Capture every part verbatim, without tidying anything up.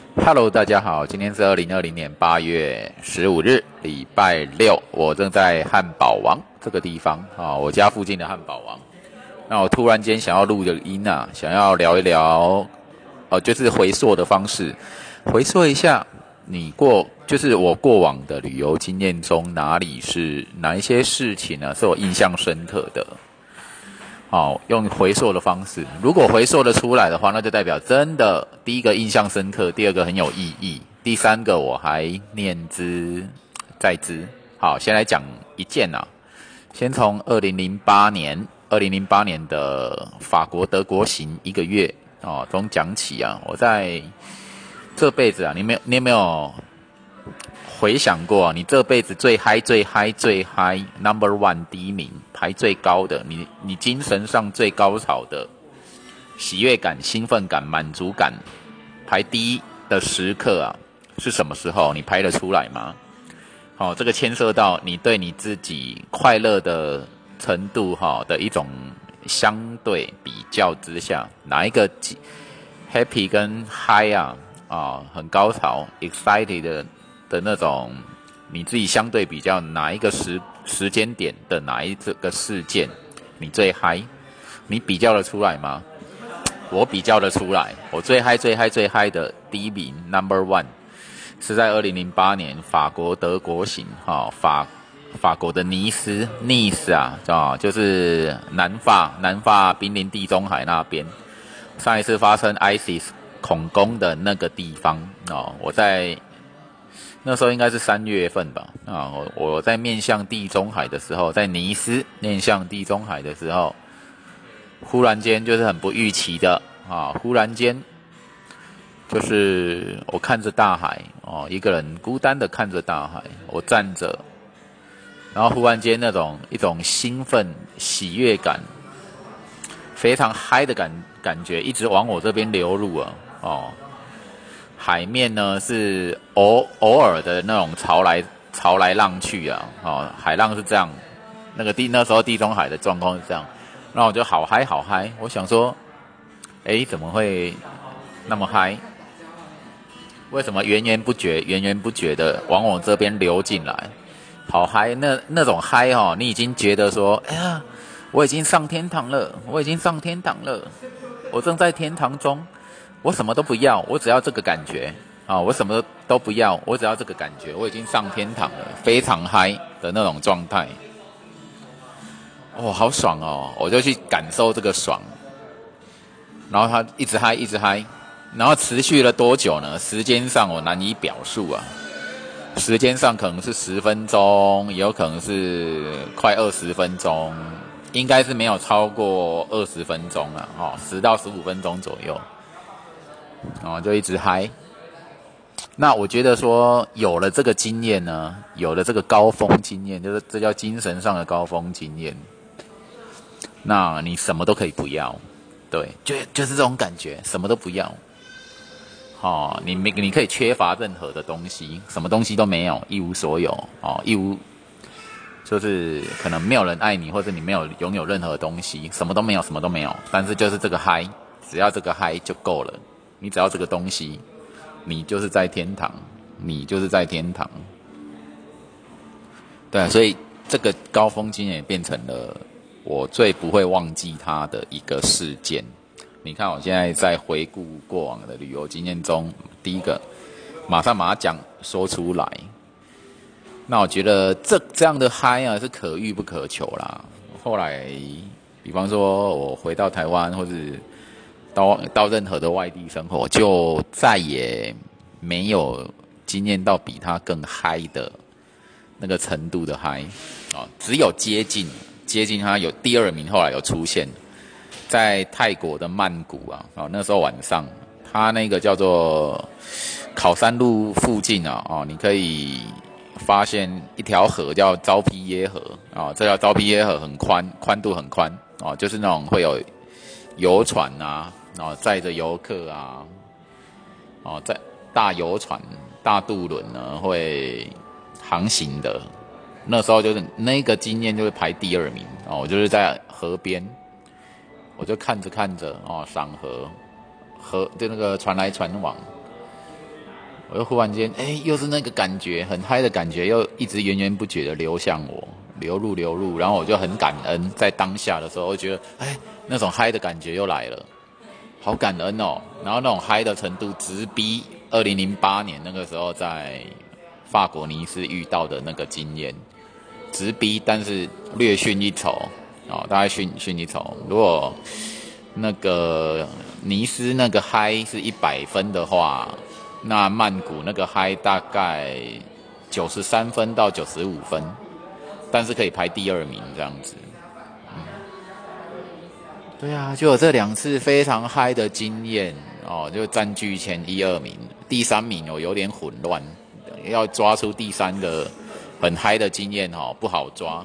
Hello，大家好，今天是二零二零年八月十五日，礼拜六，我正在汉堡王这个地方啊，我家附近的汉堡王。那我突然间想要录个音啊，想要聊一聊，呃，就是回溯的方式，回溯一下你过，就是我过往的旅游经验中，哪里是哪一些事情呢，是我印象深刻的。好，用回溯的方式，如果回溯的出来的话，那就代表真的第一个印象深刻，第二个很有意义，第三个我还念之在之。好，先来讲一件啊，先从二零零八年，二零零八年的法国德国行一个月哦，从讲起啊。我在这辈子啊，你没有你有没有回想过啊，你这辈子最嗨、最嗨、最嗨 ，number one 第一名，排最高的，你你精神上最高潮的喜悦感、兴奋感、满足感，排第一的时刻啊，是什么时候？你排得出来吗？好、哦，这个牵涉到你对你自己快乐的程度哈、哦、的一种相对比较之下，哪一个 happy 跟 high 啊啊、哦、很高潮 excited 的。的那种，你自己相对比较哪一个时时间点的哪一个事件，你最嗨？你比较得出来吗？我比较得出来，我最嗨、最嗨、最嗨的第一名 ，number one， 是在二零零八年法国德国行，哈、哦，法法国的尼斯 ，Nice 啊，啊，就是南法南法濒临地中海那边，上一次发生 ISIS 恐攻的那个地方哦，我在。那时候应该是三月份吧，啊，我我在面向地中海的时候，在尼斯面向地中海的时候，忽然间就是很不预期的啊，忽然间就是我看着大海哦，一个人孤单的看着大海，我站着，然后忽然间那种一种兴奋、喜悦感，非常嗨的感感觉，一直往我这边流入啊，哦。海面呢是偶偶尔的那种潮来潮来浪去啊，哦，海浪是这样，那个地那时候地中海的状况是这样，那我就好嗨好嗨，我想说，诶，怎么会那么嗨？为什么源源不绝、源源不绝的往我这边流进来？好嗨，那那种嗨哦，你已经觉得说，哎呀，我已经上天堂了，我已经上天堂了，我正在天堂中。我什么都不要，我只要这个感觉啊、哦！我什么都不要，我只要这个感觉，我已经上天堂了，非常嗨的那种状态。哦，好爽哦！我就去感受这个爽，然后他一直嗨，一直嗨，然后持续了多久呢？时间上我难以表述啊。时间上可能是十分钟，也有可能是快二十分钟，应该是没有超过二十分钟啊，哦，十到十五分钟左右。哦，就一直嗨。那我觉得说，有了这个经验呢，有了这个高峰经验，就是这叫精神上的高峰经验。那你什么都可以不要，对，就就是这种感觉，什么都不要。哦，你没你可以缺乏任何的东西，什么东西都没有，一无所有。哦，一无就是可能没有人爱你，或者你没有拥有任何东西，什么都没有，什么都没有。但是就是这个嗨，只要这个嗨就够了。你只要这个东西，你就是在天堂，你就是在天堂。对啊，所以这个高峰经验也变成了我最不会忘记它的一个事件。你看，我现在在回顾过往的旅游经验中，第一个马上把它讲说出来。那我觉得这这样的嗨啊是可遇不可求啦。后来，比方说我回到台湾，或是到到任何的外地生活，就再也没有经验到比他更嗨的那个程度的嗨啊、哦，只有接近接近他有第二名，后来有出现在泰国的曼谷啊，哦，那时候晚上，他那个叫做考山路附近啊，哦，你可以发现一条河叫昭披耶河啊、哦，这条昭披耶河很宽，宽度很宽哦，就是那种会有游船啊。哦，载着游客啊，哦，在大游船、大渡轮呢会航行的。那时候就是那个经验就是排第二名哦，我就是在河边，我就看着看着哦，赏河，河就那个船来船往， 我又忽然间，哎，又是那个感觉，很嗨的感觉，又一直源源不绝的流向我，流入流入，然后我就很感恩，在当下的时候，我觉得，哎，那种嗨的感觉又来了，好感恩哦。然后那种嗨的程度直逼二零零八年那个时候在法国尼斯遇到的那个经验，直逼，但是略逊一筹哦，大概逊逊一筹。如果那个尼斯那个嗨是一百分的话，那曼谷那个嗨大概九十三分到九十五分，但是可以排第二名这样子。嗯，对啊，就有这两次非常嗨的经验哦，就占据前一二名，第三名我有点混乱，要抓出第三的很嗨的经验哦，不好抓，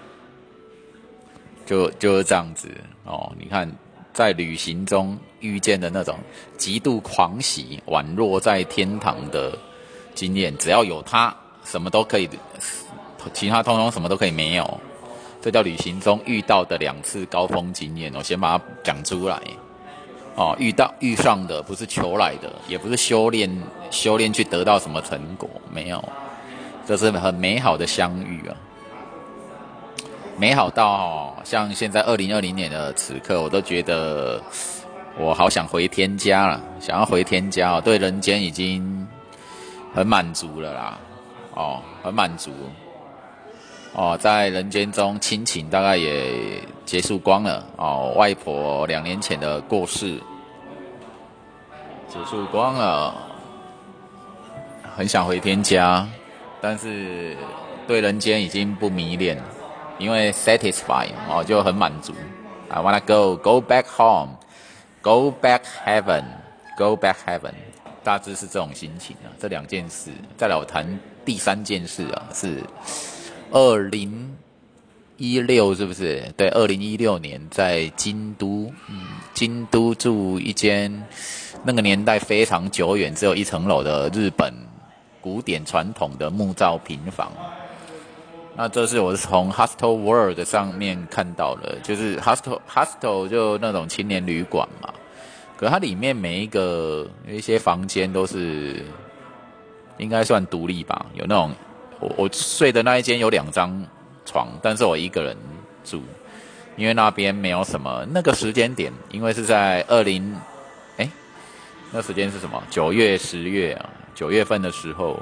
就就是这样子哦。你看，在旅行中遇见的那种极度狂喜、宛若在天堂的经验，只要有它，什么都可以，其他通通什么都可以没有。这叫旅行中遇到的两次高峰经验，我先把它讲出来。哦，遇到遇上的不是求来的，也不是修炼修炼去得到什么成果，没有，这是很美好的相遇啊。美好到哦，像现在二零二零年的此刻，我都觉得我好想回天家了，想要回天家哦，对人间已经很满足了啦，哦，很满足哦，在人间中亲情大概也结束光了哦，外婆两年前的过世结束光了，很想回天家，但是对人间已经不迷恋了。因为 satisfy 哦就很满足 ，I wanna go go back home, go back heaven, go back heaven， 大致是这种心情啊。这两件事，再来我谈第三件事啊，是二零一六是不是？对，二零一六年在京都，嗯，京都住一间那个年代非常久远，只有一层楼的日本古典传统的木造平房。那这是我是从 Hostel World 上面看到的，就是 Hostel Hostel 就那种青年旅馆嘛，可是它里面每一个有一些房间都是应该算独立吧，有那种我我睡的那一间有两张床，但是我一个人住，因为那边没有什么那个时间点，因为是在二零哎那时间是什么？九月十月啊，九月份的时候，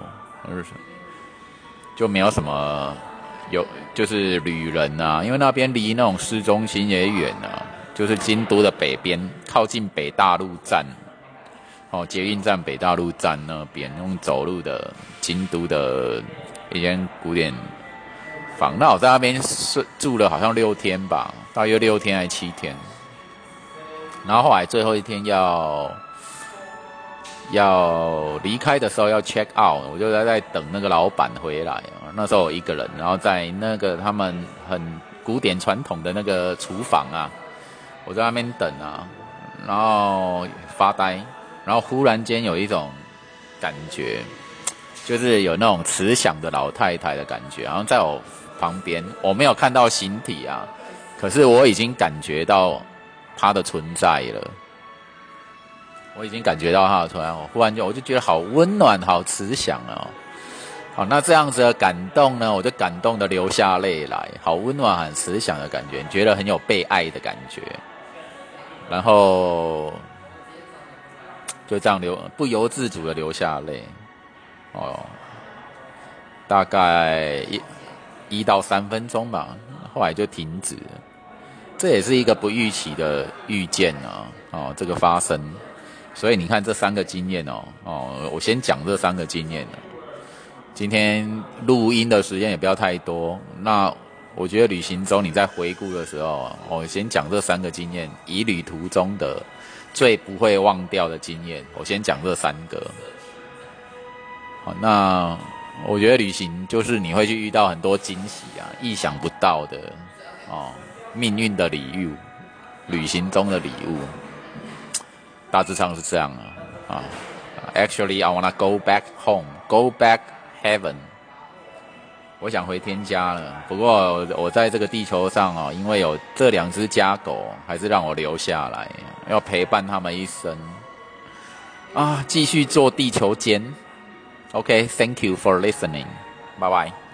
就没有什么。有就是旅人啊，因为那边离那种市中心也远啊，就是京都的北边，靠近北大陆站，哦，捷运站北大陆站那边，用走路的京都的一间古典房。那我在那边住了好像六天吧，大约六天还是七天。然后后来最后一天要要离开的时候要 check out， 我就在在等那个老板回来。那时候我一个人，然后在那个他们很古典传统的那个厨房啊，我在那边等啊，然后发呆，然后忽然间有一种感觉，就是有那种慈祥的老太太的感觉，然后在我旁边，我没有看到形体啊，可是我已经感觉到她的存在了。我已经感觉到他的存在，我忽然就我就觉得好温暖、好慈祥哦。好，那这样子的感动呢，我就感动的流下泪来，好温暖、很慈祥的感觉，觉得很有被爱的感觉，然后就这样流，不由自主的流下泪。哦，大概一一到三分钟吧，后来就停止了。这也是一个不预期的遇见啊，哦，这个发生。所以你看这三个经验哦，哦，我先讲这三个经验。今天录音的时间也不要太多，那我觉得旅行中你在回顾的时候，我先讲这三个经验，以旅途中的最不会忘掉的经验，我先讲这三个。好，那我觉得旅行就是你会去遇到很多惊喜啊，意想不到的哦，命运的礼物，旅行中的礼物。大致上是这样啊，啊 ，Actually, I wanna go back home, go back heaven。我想回天家了。不过我在这个地球上哦，因为有这两只家狗，还是让我留下来，要陪伴他们一生啊，继续做地球间 OK，Thank you for listening，拜拜。